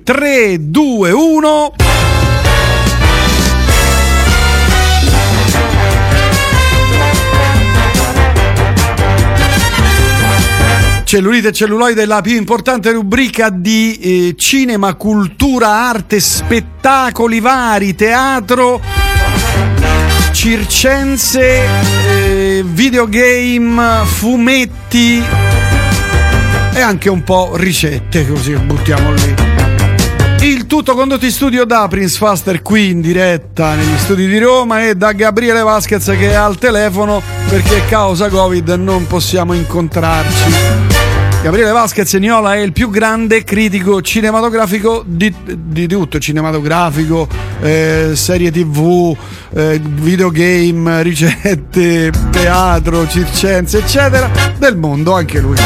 3, 2, 1. Cellulite e celluloide, la più importante rubrica di cinema, cultura, arte, spettacoli vari, teatro, circense, videogame, fumetti e anche un po' ricette, così buttiamo lì. Il tutto condotto in studio da Prince Faster, qui in diretta negli studi di Roma, e da Gabriele Vasquez, che è al telefono perché causa Covid non possiamo incontrarci. Gabriele Vasquez Niola è il più grande critico cinematografico di tutto, cinematografico, serie TV, videogame, ricette, teatro, circense, eccetera, del mondo, anche lui.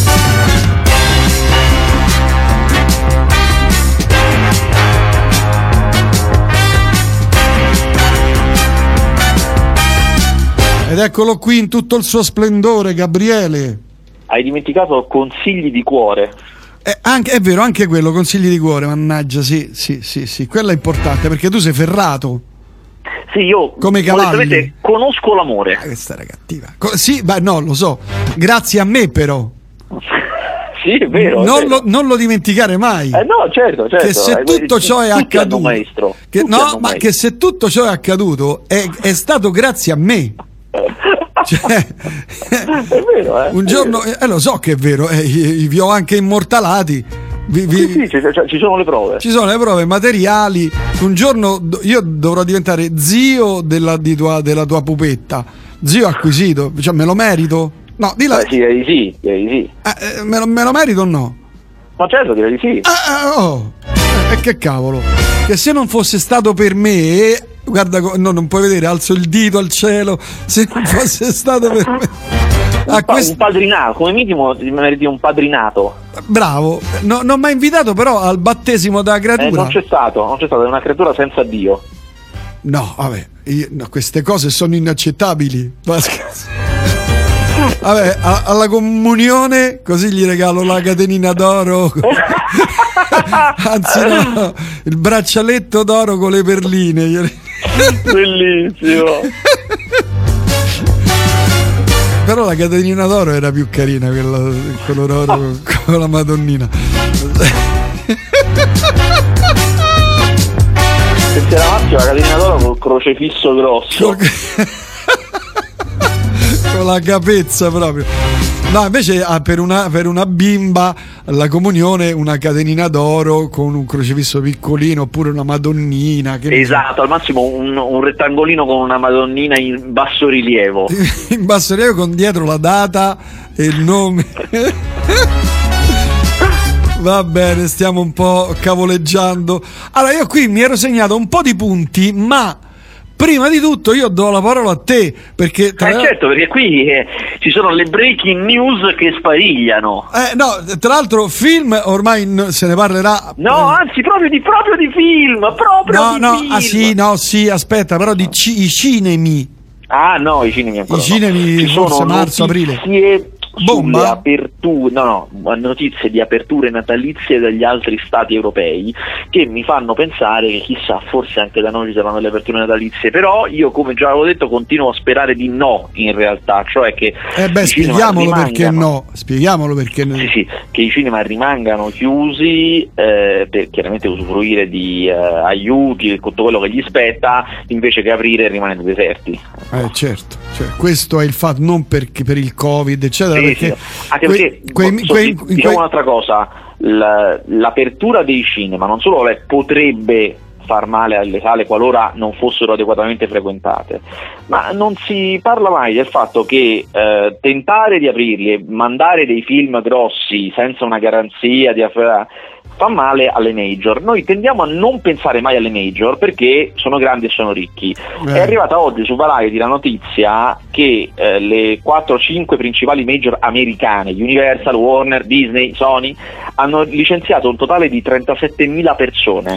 Ed eccolo qui in tutto il suo splendore, Gabriele. Hai dimenticato consigli di cuore. È vero, anche quello, consigli di cuore, mannaggia, sì, quello è importante perché tu sei ferrato. Sì, io come cavalli conosco l'amore. Questa era cattiva. Sì, beh, no, lo so. Grazie a me, però. Sì, è vero. Non lo dimenticare mai. No, certo. Che se tutto ciò è accaduto, maestro. Che se tutto ciò è accaduto è stato grazie a me. Cioè, è vero, un giorno lo so che è vero, vi ho anche immortalati. Sì, ci sono le prove. Ci sono le prove materiali. Un giorno io dovrò diventare zio della tua pupetta. Zio acquisito, cioè me lo merito? No, di là. Sì, direi di sì. Me lo merito o no? Ma certo, direi di sì. E che cavolo. Che se non fosse stato per me, guarda, no, non puoi vedere, alzo il dito al cielo, se non fosse stato per me. Un padrinato, come minimo meriti un padrinato. Bravo, non mi ha invitato però al battesimo da creatura. Non c'è stato, è una creatura senza Dio. No, vabbè, queste cose sono inaccettabili. Vabbè, alla comunione così gli regalo la catenina d'oro. Anzi no, il braccialetto d'oro con le perline. Bellissimo. Però la catenina d'oro era più carina, quella color oro con la Madonnina. Se c'era Marzio, la catenina d'oro col crocefisso grosso. Con la capezza proprio. No, invece per una bimba la comunione una catenina d'oro con un crocifisso piccolino, oppure una Madonnina. Esatto, al massimo un rettangolino con una Madonnina in basso rilievo. In basso rilievo con dietro la data e il nome. Va bene, stiamo un po' cavoleggiando. Allora, io qui mi ero segnato un po' di punti, ma prima di tutto io do la parola a te, perché certo, perché qui ci sono le breaking news che sparigliano. No, tra l'altro film ormai se ne parlerà. No, anzi proprio di film, film. Sì, aspetta, però di i cinemi. Ah no, i cinemi ancora. I cinemi forse marzo, aprile. Sulle aperture, notizie di aperture natalizie dagli altri stati europei che mi fanno pensare che chissà, forse anche da noi ci saranno le aperture natalizie, però io, come già avevo detto, continuo a sperare di no, in realtà, cioè che spieghiamolo perché no. Sì, che i cinema rimangano chiusi per chiaramente usufruire di aiuti e tutto quello che gli spetta, invece che aprire e rimanere deserti. Certo, questo è il fatto, non perché per il Covid, eccetera. Sì. Anche perché diciamo un'altra cosa, l'apertura dei cinema non solo potrebbe far male alle sale qualora non fossero adeguatamente frequentate, ma non si parla mai del fatto che tentare di aprirli e mandare dei film grossi senza una garanzia fa male alle major. Noi tendiamo a non pensare mai alle major perché sono grandi e sono ricchi. È arrivata oggi su Variety la notizia che le 4-5 principali major americane, Universal, Warner, Disney, Sony, hanno licenziato un totale di 37.000 persone.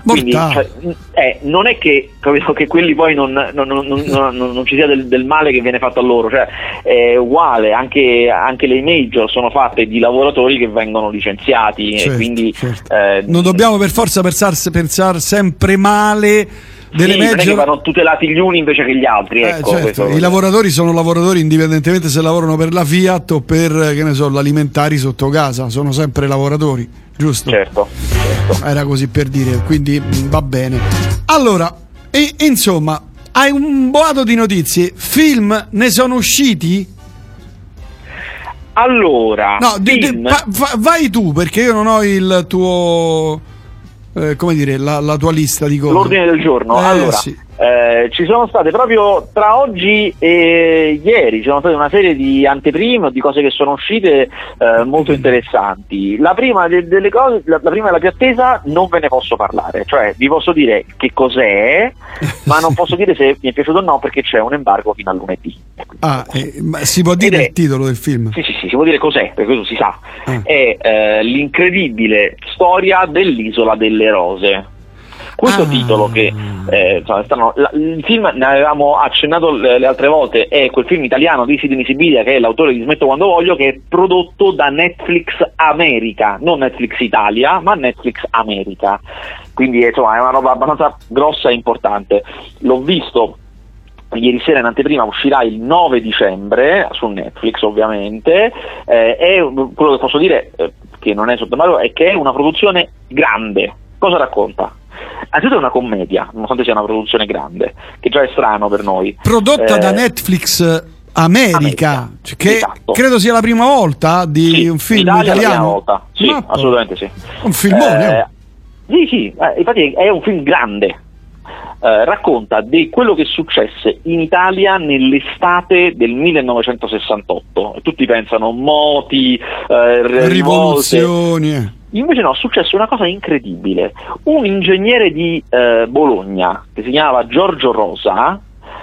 Quindi non è che, capito, che quelli poi non ci sia del male che viene fatto a loro, cioè è uguale, anche le major sono fatte di lavoratori che vengono licenziati, certo, e quindi non dobbiamo per forza pensare sempre male delle major. Non è che vanno tutelati gli uni invece che gli altri, ecco, certo. I lavoratori sono lavoratori indipendentemente se lavorano per la Fiat o per, che ne so, l'alimentari sotto casa, sono sempre lavoratori, giusto? Certo. Era così per dire, quindi va bene. Allora, insomma, hai un boato di notizie, film ne sono usciti? Allora, no, vai tu, perché io non ho il tuo come dire, la tua lista di cose. L'ordine del giorno. Allora, sì. ci sono state proprio tra oggi e ieri, ci sono state una serie di anteprime, di cose che sono uscite molto interessanti. La prima delle cose, la prima è la più attesa, non ve ne posso parlare, cioè vi posso dire che cos'è, ma non posso dire se mi è piaciuto o no, perché c'è un embargo fino a lunedì. Ma si può dire il titolo del film? Sì, si può dire cos'è, perché questo si sa. È l'incredibile storia dell'Isola delle Rose. Questo titolo che il film, ne avevamo accennato le altre volte, è quel film italiano di Sidney Sibilia, che è l'autore di Smetto quando voglio, che è prodotto da Netflix America, non Netflix Italia, ma Netflix America. Quindi insomma è una roba abbastanza grossa e importante. L'ho visto ieri sera in anteprima, uscirà il 9 dicembre su Netflix, ovviamente. Quello che posso dire, che non è sottovalutato, è che è una produzione grande. Cosa racconta? Anzitutto è una commedia, nonostante sia una produzione grande, che già è strano per noi. Prodotta da Netflix America. Che esatto. Credo sia la prima volta di un film italiano. La prima volta. Sì, assolutamente sì. Un filmone. Sì, infatti è un film grande. Racconta di quello che successe in Italia nell'estate del 1968. Tutti pensano moti, rivoluzioni. Invece no, è successa una cosa incredibile. Un ingegnere di Bologna, che si chiamava Giorgio Rosa,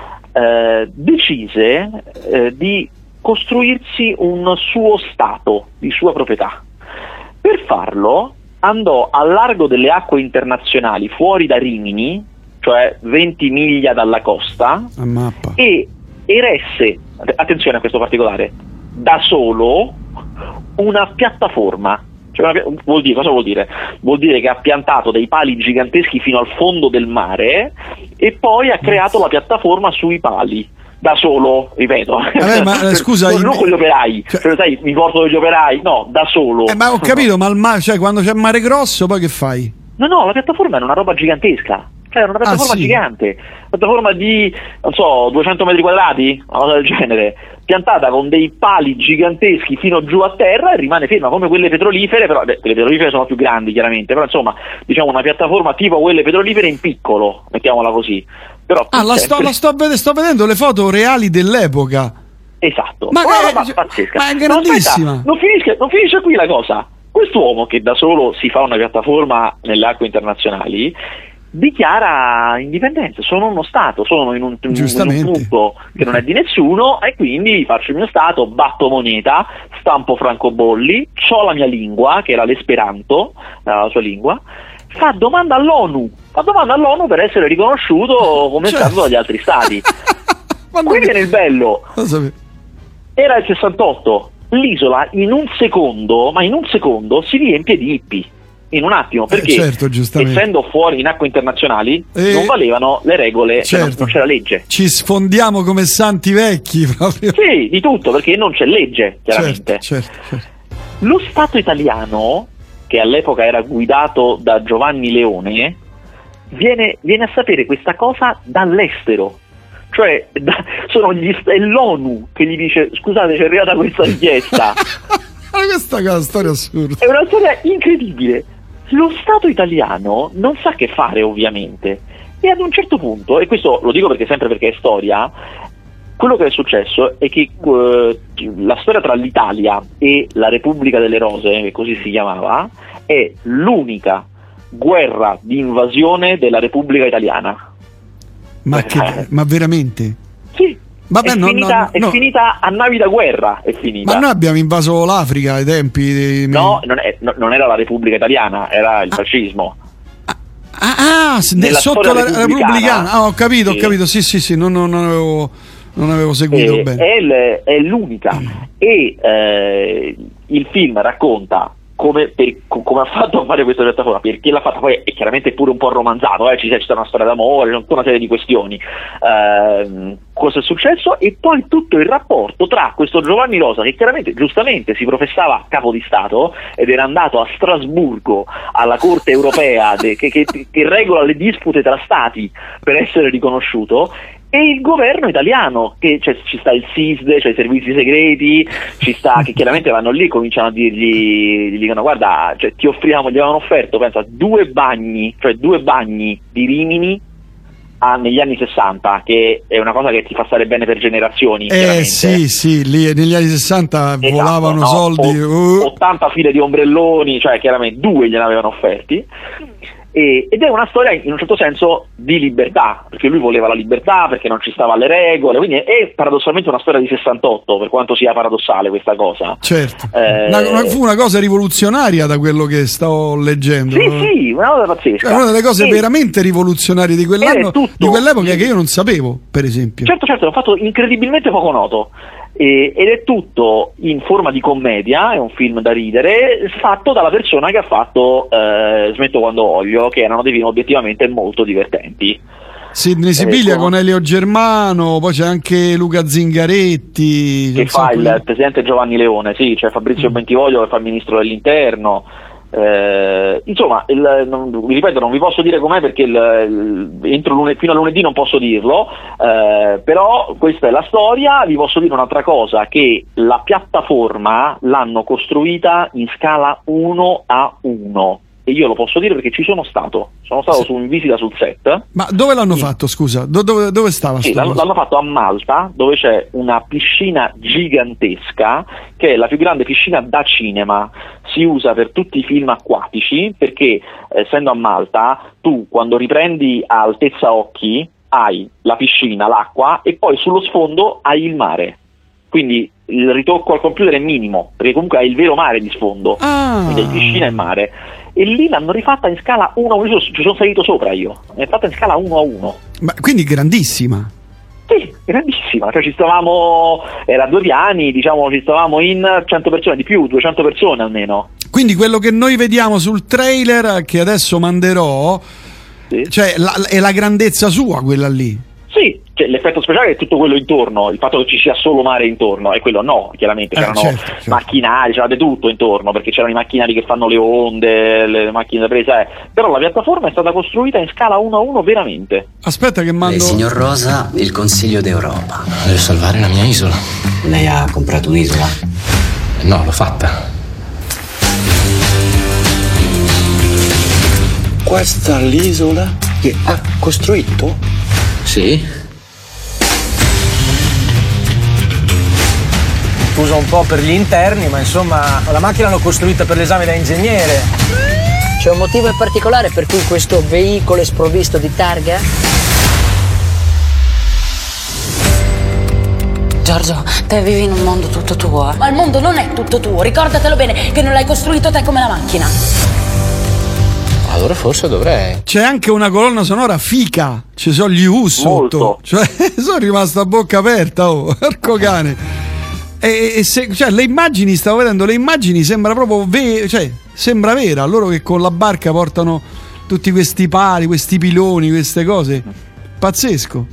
decise di costruirsi un suo stato di sua proprietà. Per farlo andò al largo delle acque internazionali, fuori da Rimini, cioè 20 miglia dalla costa, e eresse, attenzione a questo particolare, da solo una piattaforma. Cioè, cosa vuol dire? Vuol dire che ha piantato dei pali giganteschi fino al fondo del mare e poi ha creato la piattaforma sui pali. Da solo, ripeto. Ma scusa, non con gli operai, cioè, sai, mi porto degli operai, no, da solo. Ma ho capito, ma il mare, cioè quando c'è mare grosso, poi che fai? No, la piattaforma è una roba gigantesca. Cioè, è una piattaforma gigante, piattaforma di, non so, 200 metri quadrati, una cosa del genere, piantata con dei pali giganteschi fino giù a terra e rimane ferma, come quelle petrolifere, però le petrolifere sono più grandi chiaramente, però insomma, diciamo una piattaforma tipo quelle petrolifere in piccolo, mettiamola così. Però sto vedendo le foto reali dell'epoca. Esatto, ma è pazzesca. Ma è grandissima. Aspetta, non finisce qui la cosa. Quest'uomo che da solo si fa una piattaforma nelle acque internazionali dichiara indipendenza, sono uno stato, sono in un punto che non è di nessuno e quindi faccio il mio stato, batto moneta, stampo francobolli, c'ho la mia lingua, che era l'esperanto, la sua lingua, fa domanda all'ONU per essere riconosciuto come stato dagli altri stati. Qui viene il bello. Era il 68, l'isola in un secondo si riempie di hippie. In un attimo, perché essendo fuori in acque internazionali non valevano le regole, non c'era legge. Ci sfondiamo come santi vecchi proprio. Sì, di tutto, perché non c'è legge, chiaramente. Certo. Lo Stato italiano, che all'epoca era guidato da Giovanni Leone, viene a sapere questa cosa dall'estero. Cioè, è l'ONU che gli dice: scusate, c'è arrivata questa richiesta. Questa è una storia assurda. È una storia incredibile. Lo Stato italiano non sa che fare, ovviamente, e ad un certo punto, e questo lo dico sempre perché è storia, quello che è successo è che la storia tra l'Italia e la Repubblica delle Rose, che così si chiamava, è l'unica guerra di invasione della Repubblica Italiana. Ma veramente? Sì. Vabbè, è finita a navi da guerra, è finita. Ma noi abbiamo invaso l'Africa ai tempi No, non era la Repubblica Italiana, era il fascismo. sotto la repubblicana. Ho capito, sì, non avevo seguito bene. È l'unica. E il film racconta come ha fatto a fare questa piattaforma, perché l'ha fatta, poi è chiaramente pure un po' romanzato, ci sta una storia d'amore, c'è tutta una serie di questioni, cosa è successo, e poi tutto il rapporto tra questo Giovanni Rosa, che chiaramente giustamente si professava capo di Stato ed era andato a Strasburgo alla Corte Europea che regola le dispute tra stati per essere riconosciuto, e il governo italiano, che ci sta il SISD, c'è i servizi segreti, ci sta, che chiaramente vanno lì e cominciano a gli dicono: guarda, ti offriamo, gli avevano offerto, pensa, 2 bagni di Rimini negli anni 60, che è una cosa che ti fa stare bene per generazioni. Sì, lì negli anni 60 volavano soldi. 80 file di ombrelloni, chiaramente 2 gliene avevano offerti. Ed è una storia in un certo senso di libertà, perché lui voleva la libertà, perché non ci stava alle regole, quindi è paradossalmente una storia di 68, per quanto sia paradossale questa cosa. Certo, fu una cosa rivoluzionaria da quello che stavo leggendo. Sì, una cosa pazzesca. Una delle cose veramente rivoluzionarie di quell'anno, di quell'epoca, che io non sapevo, per esempio. Certo, l'ho fatto incredibilmente poco noto. Ed è tutto in forma di commedia, è un film da ridere, fatto dalla persona che ha fatto Smetto quando voglio, che erano dei film obiettivamente molto divertenti. Sidney Sibilia con Elio Germano, poi c'è anche Luca Zingaretti che fa il presidente Giovanni Leone, c'è Fabrizio Bentivoglio che fa il ministro dell'interno. Insomma, vi ripeto, non vi posso dire com'è perché fino a lunedì non posso dirlo, però questa è la storia. Vi posso dire un'altra cosa, che la piattaforma l'hanno costruita in scala 1:1, e io lo posso dire perché ci sono stato in visita sul set. Ma dove l'hanno fatto, scusa? Dove stava? L'hanno fatto a Malta, dove c'è una piscina gigantesca, che è la più grande piscina da cinema. Si usa per tutti i film acquatici, perché essendo a Malta, tu quando riprendi a altezza occhi hai la piscina, l'acqua, e poi sullo sfondo hai il mare. Quindi il ritocco al computer è minimo, perché comunque hai il vero mare di sfondo, quindi hai piscina e mare. E lì l'hanno rifatta in scala 1:1, ci sono salito sopra io, è fatta in scala 1:1. Ma quindi grandissima? Sì, grandissima, ci stavamo, era 2 piani, ci stavamo in 100 persone, di più, 200 persone almeno. Quindi quello che noi vediamo sul trailer, che adesso manderò, è la grandezza sua quella lì? Sì, l'effetto speciale è tutto quello intorno, il fatto che ci sia solo mare intorno, e quello no, chiaramente c'erano certo. macchinari, c'era di tutto intorno, perché c'erano i macchinari che fanno le onde, le macchine da presa, però la piattaforma è stata costruita in scala 1:1 veramente. Aspetta che mando... Signor Rosa, il Consiglio d'Europa. Deve salvare la mia isola. Lei ha comprato un'isola? No, l'ho fatta. Questa è l'isola che ha costruito? Sì. Usa un po' per gli interni, ma insomma la macchina l'hanno costruita per l'esame da ingegnere. C'è un motivo in particolare per cui questo veicolo è sprovvisto di targa? Giorgio, te vivi in un mondo tutto tuo. Ma il mondo non è tutto tuo, ricordatelo bene, che non l'hai costruito te come la macchina. Allora forse dovrei. C'è anche una colonna sonora fica, ci sono gli U sotto, sono rimasto a bocca aperta, porco cane. Le immagini, stavo vedendo le immagini, sembra proprio sembra vera, loro che con la barca portano tutti questi pali, questi piloni, queste cose. Pazzesco.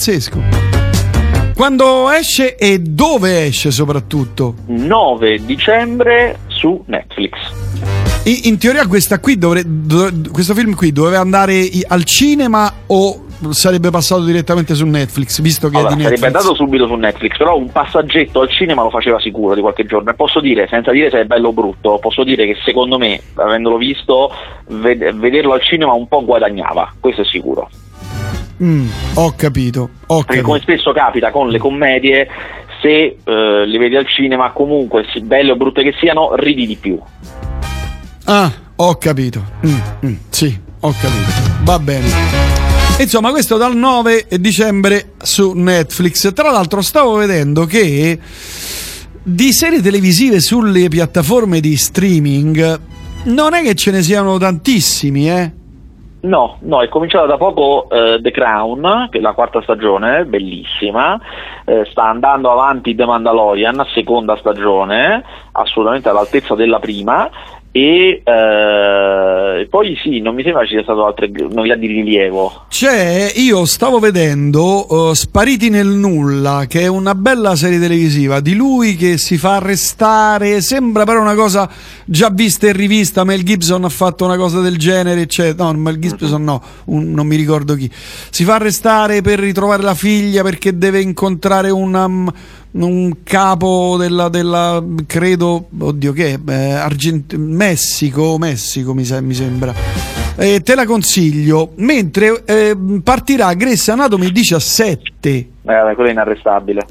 Quando esce e dove esce soprattutto? 9 dicembre su Netflix. In teoria questo film qui doveva andare al cinema o sarebbe passato direttamente su Netflix, visto che è di Netflix? Sarebbe andato subito su Netflix, però un passaggetto al cinema lo faceva sicuro di qualche giorno, e posso dire, senza dire se è bello o brutto, posso dire che secondo me, avendolo visto, vederlo al cinema un po' guadagnava, questo è sicuro. Ho capito. Perché come spesso capita con le commedie, se le vedi al cinema, comunque belle o brutte che siano, ridi di più. Ho capito. Sì, ho capito. Va bene. Insomma, questo dal 9 dicembre su Netflix. Tra l'altro stavo vedendo che di serie televisive sulle piattaforme di streaming non è che ce ne siano tantissimi, No, è cominciata da poco The Crown, che è la 4ª stagione, bellissima, sta andando avanti The Mandalorian, 2ª stagione, assolutamente all'altezza della prima, e poi sì, non mi sembra ci sia stato altre novità di rilievo. Io stavo vedendo Spariti nel nulla, che è una bella serie televisiva di lui che si fa arrestare, sembra però una cosa già vista e rivista. Mel Gibson ha fatto una cosa del genere, no, Mel Gibson no, non mi ricordo chi, si fa arrestare per ritrovare la figlia perché deve incontrare un capo della credo, oddio che Messico mi sembra, te la consiglio, mentre partirà Grey's Anatomy 17. Quello è inarrestabile.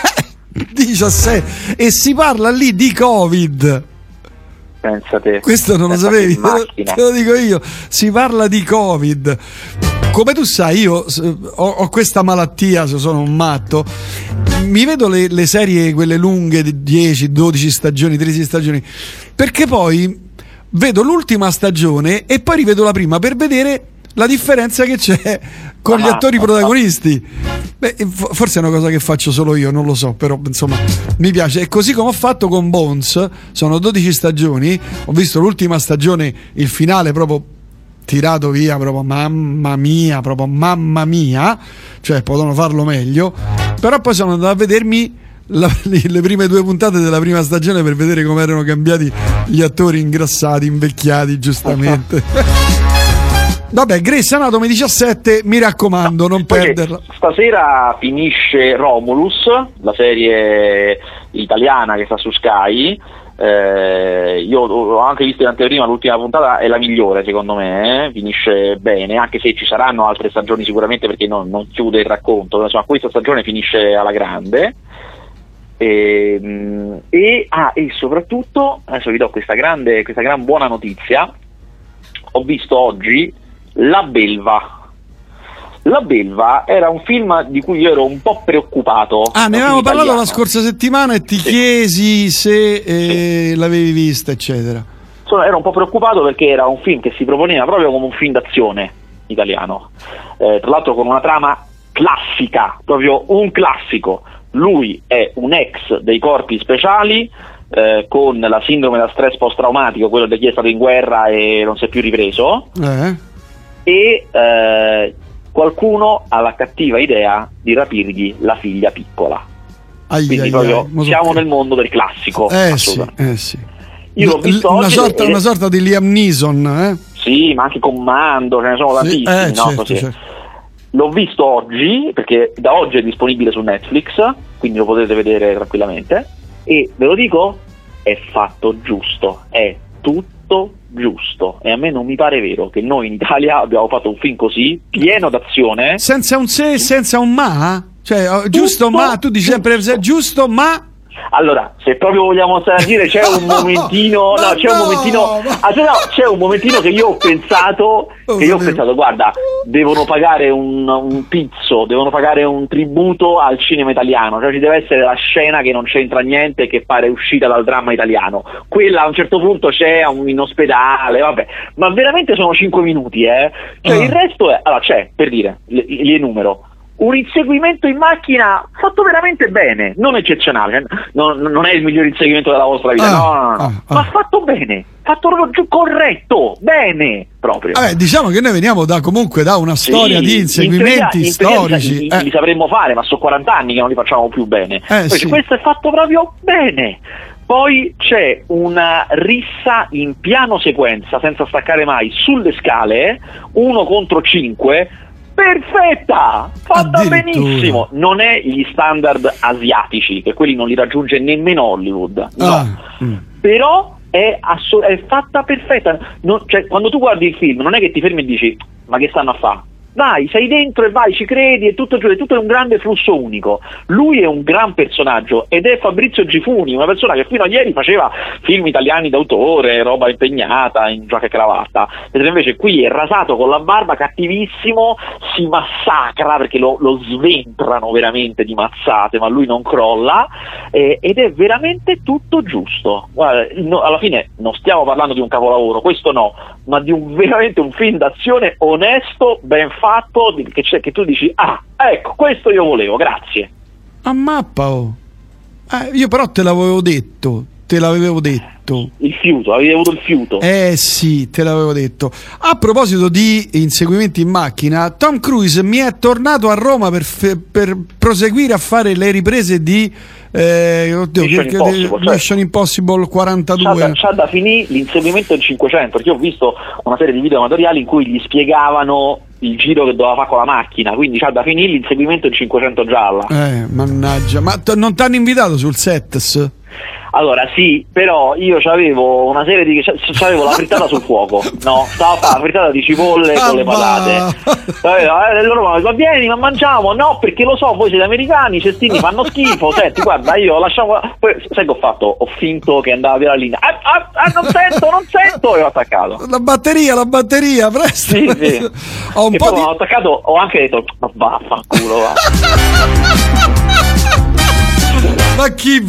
17, e si parla lì di Covid. Pensate, questo non lo sapevi, te lo dico io, si parla di Covid. Come tu sai, io ho questa malattia, sono un matto, mi vedo le serie, quelle lunghe di 10, 12 stagioni, 13 stagioni, perché poi vedo l'ultima stagione e poi rivedo la prima per vedere la differenza che c'è con gli attori protagonisti. Forse è una cosa che faccio solo io, non lo so, però insomma mi piace. E così come ho fatto con Bones, sono 12 stagioni, ho visto l'ultima stagione, il finale proprio tirato via, proprio mamma mia, cioè potevano farlo meglio, però poi sono andato a vedermi le prime 2 puntate della prima stagione per vedere come erano cambiati gli attori, ingrassati, invecchiati giustamente. Vabbè, Grey's Anatomy 17, mi raccomando, non perderla. Stasera finisce Romulus, la serie italiana che sta su Sky. Io ho anche visto in anteprima, l'ultima puntata è la migliore secondo me, finisce bene, anche se ci saranno altre stagioni sicuramente, perché non chiude il racconto, insomma questa stagione finisce alla grande. E soprattutto adesso vi do questa gran buona notizia. Ho visto oggi La Belva. La Belva era un film di cui io ero un po' preoccupato. Ne avevamo parlato la scorsa settimana e ti chiesi se l'avevi vista, eccetera. Ero un po' preoccupato perché era un film che si proponeva proprio come un film d'azione italiano, tra l'altro con una trama classica, proprio un classico. Lui è un ex dei corpi speciali, con la sindrome da stress post-traumatico, quello di chi è stato in guerra e non si è più ripreso, e qualcuno ha la cattiva idea di rapirgli la figlia piccola. Quindi proprio siamo nel mondo del classico. Sì. Io l'ho visto una sorta di Liam Neeson, Sì, ma anche Commando, ce ne sono tantissimi, certo. L'ho visto oggi, perché da oggi è disponibile su Netflix, quindi lo potete vedere tranquillamente, e ve lo dico, è fatto giusto, è tutto giusto, e a me non mi pare vero che noi in Italia abbiamo fatto un film così, pieno d'azione, senza un se, senza un ma, cioè giusto ma, tu dici sempre giusto ma. Allora, se proprio vogliamo stare a dire, c'è un momentino, c'è un momentino che io ho pensato, guarda, devono pagare un pizzo, devono pagare un tributo al cinema italiano, cioè ci deve essere la scena che non c'entra niente, che pare uscita dal dramma italiano, quella a un certo punto c'è in ospedale, vabbè, ma veramente sono 5 minuti, cioè il resto è, allora c'è, per dire, li enumero, un inseguimento in macchina fatto veramente bene, non eccezionale, non è il miglior inseguimento della vostra vita, no, ma fatto bene, fatto proprio corretto, bene proprio. Diciamo che noi veniamo comunque da una storia di inseguimenti storici. Li sapremmo fare, ma sono 40 anni che non li facciamo più bene. Questo è fatto proprio bene. Poi c'è una rissa in piano sequenza, senza staccare mai, sulle scale, 1 contro 5, perfetta, fatta benissimo. Non è gli standard asiatici, che quelli non li raggiunge nemmeno Hollywood, però è fatta perfetta. Cioè, quando tu guardi il film non è che ti fermi e dici ma che stanno a fare? vai, sei dentro e vai, ci credi, è tutto un grande flusso unico. Lui è un gran personaggio ed è Fabrizio Gifuni, una persona che fino a ieri faceva film italiani d'autore, roba impegnata in giacca e cravatta, mentre invece qui è rasato con la barba, cattivissimo, si massacra perché lo sventrano veramente di mazzate, ma lui non crolla, ed è veramente tutto giusto. Guarda, alla fine non stiamo parlando di un capolavoro, questo no, ma di veramente un film d'azione onesto, ben fatto, che tu dici, ecco, questo io volevo, grazie. A mappa, oh. Io però te l'avevo detto. Il fiuto, avevi avuto il fiuto. Sì, te l'avevo detto. A proposito di inseguimenti in macchina, Tom Cruise mi è tornato a Roma per proseguire a fare le riprese di Mission Impossible 42. C'ha da finire l'inseguimento in 500, perché io ho visto una serie di video amatoriali in cui gli spiegavano il giro che doveva fare con la macchina, quindi c'ha da finire l'inseguimento in 500 gialla. Mannaggia, ma non t'hanno invitato sul set? Allora sì, però io c'avevo una serie di... c'avevo la frittata sul fuoco, no? Stavo a fare la frittata di cipolle con le patate. Loro ma vieni, ma mangiamo? No, perché lo so, voi siete americani, i cestini fanno schifo. Senti, guarda, io lasciamo... Poi, sai che ho fatto? Ho finto che andava via la linea. Non sento! E ho attaccato. La batteria, presto! Sì. Ho attaccato, ho anche detto, ma vaffanculo, va. Ma chi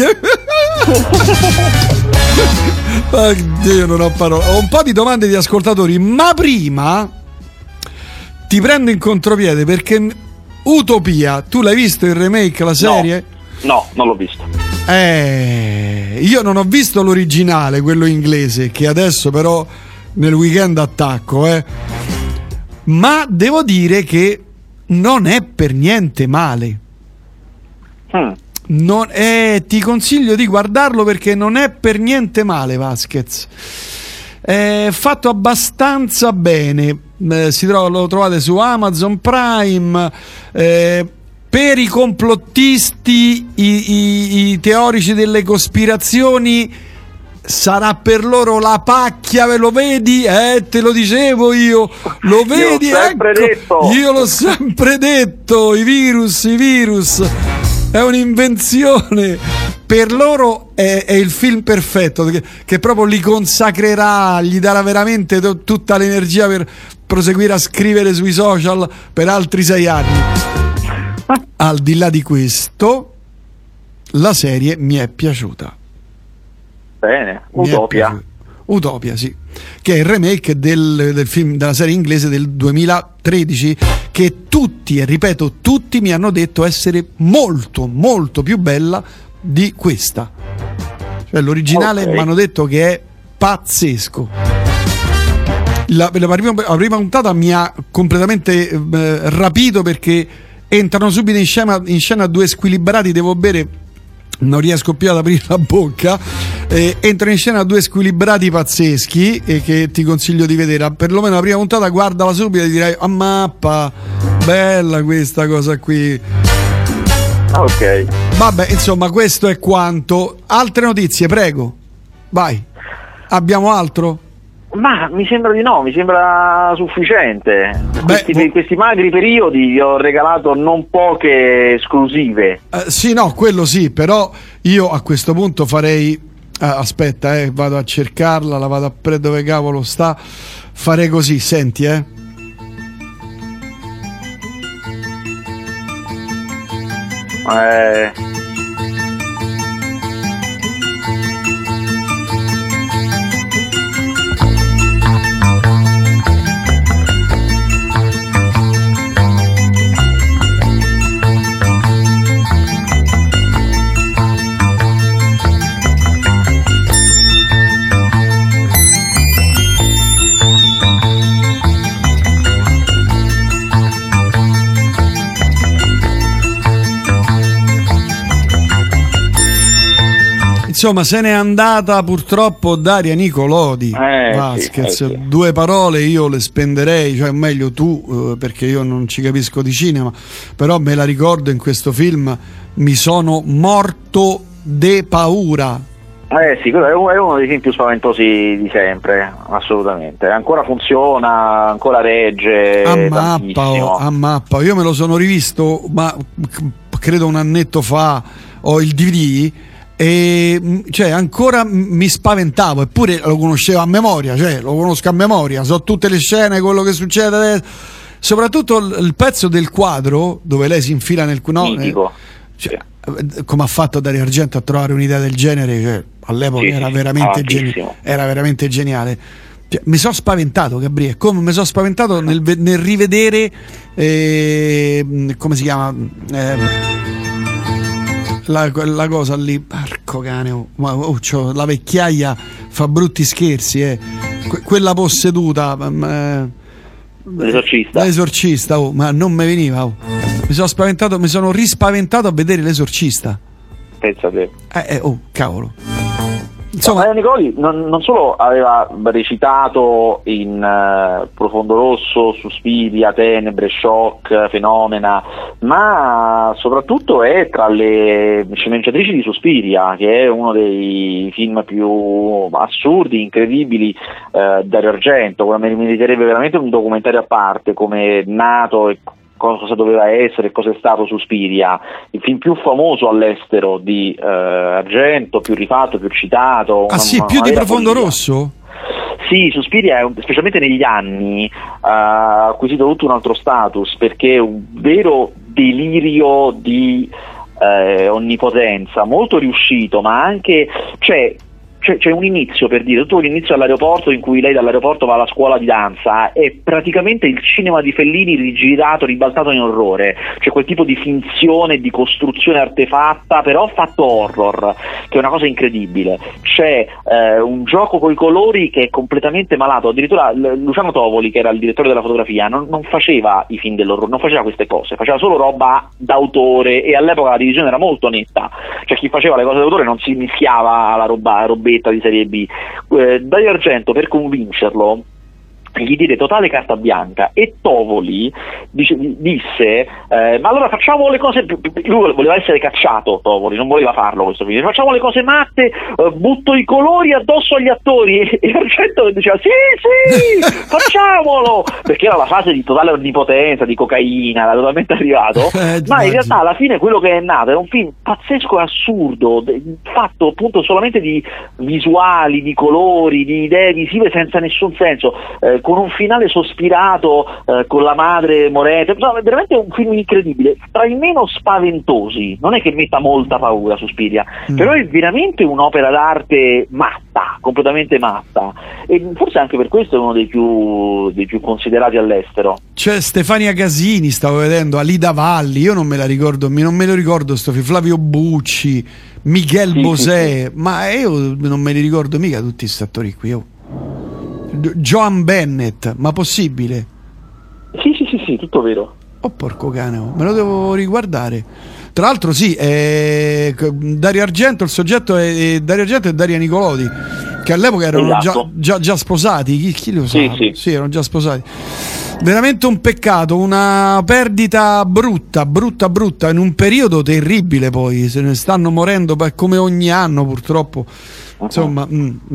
Dio, non ho parole. Ho un po' di domande di ascoltatori, ma prima ti prendo in contropiede perché Utopia, tu l'hai visto il remake, la serie? No, non l'ho visto. Io non ho visto l'originale, quello inglese, che adesso però nel weekend attacco, ma devo dire che non è per niente male. Ti consiglio di guardarlo perché non è per niente male, Vasquez. È fatto abbastanza bene. Lo trovate su Amazon Prime. Per i complottisti, i teorici delle cospirazioni, sarà per loro la pacchia, ve lo vedi? Te lo dicevo io, lo vedi? Io l'ho sempre detto, i virus. È un'invenzione. Per loro è il film perfetto che proprio li consacrerà, gli darà veramente tutta l'energia per proseguire a scrivere sui social per altri 6 anni. Al di là di questo, la serie mi è piaciuta. Bene, Utopia, sì, che è il remake del film, della serie inglese del 2013, che tutti, e ripeto tutti, mi hanno detto essere molto molto più bella di questa. Cioè l'originale mi hanno detto che è pazzesco. La prima puntata mi ha completamente rapito perché entrano subito in scena due squilibrati, devo bere, non riesco più ad aprire la bocca. Entrano in scena due squilibrati pazzeschi che ti consiglio di vedere. Perlomeno la prima puntata, guardala subito e direi: a mappa, bella questa cosa qui. Ok. Vabbè, insomma, questo è quanto. Altre notizie, prego. Vai. Abbiamo altro? Ma mi sembra di no, mi sembra sufficiente. Questi magri periodi vi ho regalato non poche esclusive. Sì, no, quello sì, però io a questo punto farei... aspetta, vado a cercarla, la vado a prendere dove cavolo sta. Farei così, senti, Insomma, se n'è andata purtroppo Daria Nicolodi. Vasquez, sì. 2 parole io le spenderei, cioè meglio tu, perché io non ci capisco di cinema, però me la ricordo in questo film, mi sono morto de paura. Sì, quello è uno dei film più spaventosi di sempre, assolutamente. Ancora funziona, ancora regge a mappa. Io me lo sono rivisto, ma credo un annetto fa, ho il DVD e cioè ancora mi spaventavo, eppure lo conoscevo a memoria, cioè lo conosco a memoria, so tutte le scene, quello che succede adesso. Soprattutto il pezzo del quadro dove lei si infila nel cioè, come ha fatto Dario Argento a trovare un'idea del genere, cioè, all'epoca era veramente geniale. Cioè, mi sono spaventato, Gabriele, come mi sono spaventato nel rivedere come si chiama la cosa lì, porco cane, la vecchiaia fa brutti scherzi, quella posseduta, l'esorcista, ma non mi veniva, mi sono spaventato, mi sono rispaventato a vedere l'esorcista, pensa te. Cavolo. Insomma, Nicolodi non solo aveva recitato in Profondo Rosso, Suspiria, Tenebre, Shock, Fenomena, ma soprattutto è tra le sceneggiatrici di Suspiria, che è uno dei film più assurdi, incredibili Dario Argento. Meriterebbe veramente un documentario a parte, come è nato e cosa doveva essere, cosa è stato Suspiria, il film più famoso all'estero di Argento, più rifatto, più citato. Più di Profondo Rosso? Sì, Suspiria, specialmente negli anni, ha acquisito tutto un altro status, perché è un vero delirio di onnipotenza, molto riuscito, ma anche c'è un inizio, per dire, tutto l'inizio all'aeroporto, in cui lei dall'aeroporto va alla scuola di danza, è praticamente il cinema di Fellini rigirato, ribaltato in orrore. C'è quel tipo di finzione, di costruzione artefatta, però fatto horror, che è una cosa incredibile. C'è un gioco coi colori che è completamente malato. Addirittura Luciano Tovoli, che era il direttore della fotografia, non faceva i film dell'orrore, non faceva queste cose, faceva solo roba d'autore, e all'epoca la divisione era molto netta, cioè chi faceva le cose d'autore non si mischiava alla robetta di serie B. Dario Argento, per convincerlo, gli diede totale carta bianca, e Tovoli disse ma allora facciamo le cose, lui voleva essere cacciato, Tovoli non voleva farlo questo film, facciamo le cose matte, butto i colori addosso agli attori, e Argento diceva sì facciamolo, perché era la fase di totale onnipotenza, di cocaina, era totalmente arrivato, ma in realtà alla fine quello che è nato è un film pazzesco e assurdo, fatto appunto solamente di visuali, di colori, di idee visive senza nessun senso, con un finale sospirato, con la madre morente. No, è veramente un film incredibile, tra i meno spaventosi. Non è che metta molta paura Suspiria, però è veramente un'opera d'arte matta, completamente matta, e forse anche per questo è uno dei più considerati all'estero. C'è Stefania Casini, stavo vedendo, Alida Valli, io non me la ricordo, non me lo ricordo sto film, Flavio Bucci, Miguel Bosé, ma io non me li ricordo mica tutti questi attori qui. Joan Bennett, ma possibile? Sì, tutto vero. Oh porco cane, me lo devo riguardare. Tra l'altro Dario Argento, il soggetto è Dario Argento e Daria Nicolodi, che all'epoca erano già sposati, chi lo sa? Sì, erano già sposati. Veramente un peccato, una perdita brutta, in un periodo terribile, poi se ne stanno morendo come ogni anno purtroppo. Insomma,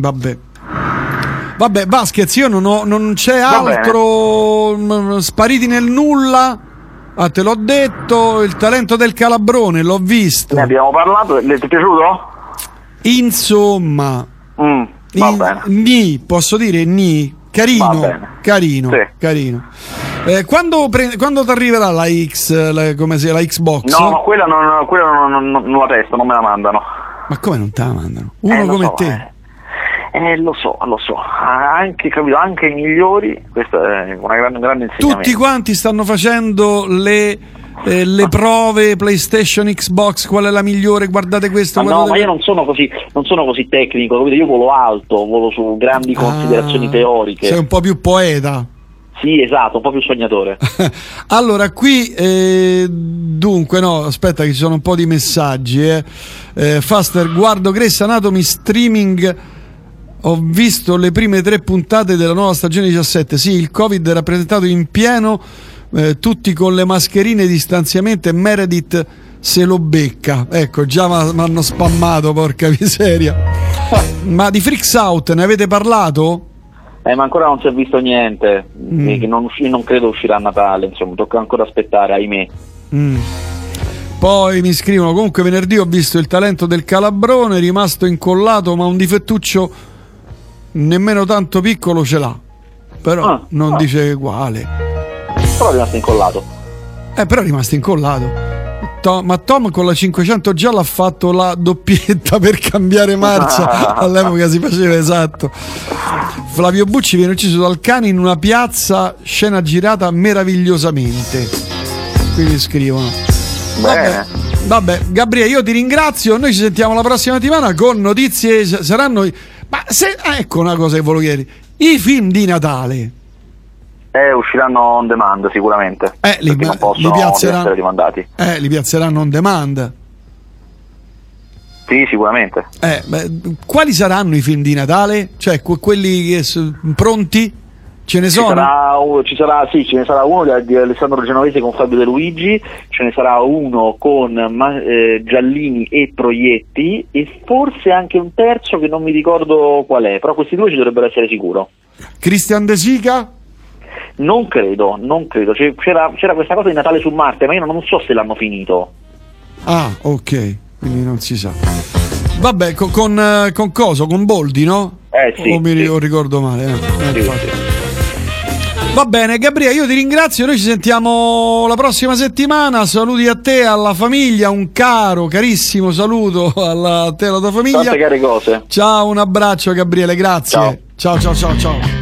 Vabbè, Vasquez, io non c'è altro. Spariti nel nulla. Te l'ho detto, Il talento del calabrone, l'ho visto. Ne abbiamo parlato, ti è piaciuto? Insomma, va bene. Posso dire carino. Sì. Carino. Quando ti arriverà la Xbox? No, ma quella non la testo, non me la mandano. Ma come non te la mandano? Uno come te? Lo so, anche i migliori, questo è un grande insegnamento. Tutti quanti stanno facendo le prove PlayStation, Xbox, qual è la migliore, guardate questo. Ma io non sono così tecnico, io volo alto, volo su grandi considerazioni teoriche. Sei un po' più poeta. Sì, esatto, un po' più sognatore. Allora, qui dunque, aspetta che ci sono un po' di messaggi. Faster, guardo Grey's Anatomy streaming. Ho visto le prime 3 puntate della nuova stagione 17. Sì, il Covid è rappresentato in pieno, tutti con le mascherine, distanziamento, e Meredith se lo becca. Ecco, già mi hanno spammato, porca miseria. Ma di Freaks Out ne avete parlato? Ma ancora non si è visto niente, che non credo uscirà a Natale, insomma, tocca ancora aspettare, ahimè. Poi mi scrivono: comunque venerdì ho visto Il talento del calabrone, rimasto incollato, ma un difettuccio nemmeno tanto piccolo ce l'ha, però non dice quale. Però è rimasto incollato. Però è rimasto incollato. Ma Tom con la 500 gialla ha fatto la doppietta per cambiare marcia. All'epoca si faceva, esatto. Flavio Bucci viene ucciso dal cane in una piazza, scena girata meravigliosamente. Qui mi scrivono. Vabbè, Gabriele, io ti ringrazio. Noi ci sentiamo la prossima settimana con notizie. Saranno. Ma ecco una cosa che volevo chiedere: i film di Natale usciranno on demand sicuramente, perché non possono essere rimandati. Li piazzeranno on demand? Sì, sicuramente. Quali saranno i film di Natale? Cioè quelli che pronti? Ce ne sono? Ce ne sarà uno di Alessandro Genovese con Fabio De Luigi, ce ne sarà uno con Giallini e Proietti, e forse anche un terzo che non mi ricordo qual è, però questi due ci dovrebbero essere sicuro. Christian De Sica? Non credo. C'era questa cosa di Natale su Marte, ma io non so se l'hanno finito. Ah, ok, quindi non si sa. Vabbè, con coso? Con Boldi, no? Sì. O mi ricordo male. Sì. Va bene, Gabriele, io ti ringrazio. Noi ci sentiamo la prossima settimana. Saluti a te, alla famiglia, un carissimo saluto a te e alla tua famiglia. Tante care cose. Ciao, un abbraccio, Gabriele, grazie. Ciao. Ciao.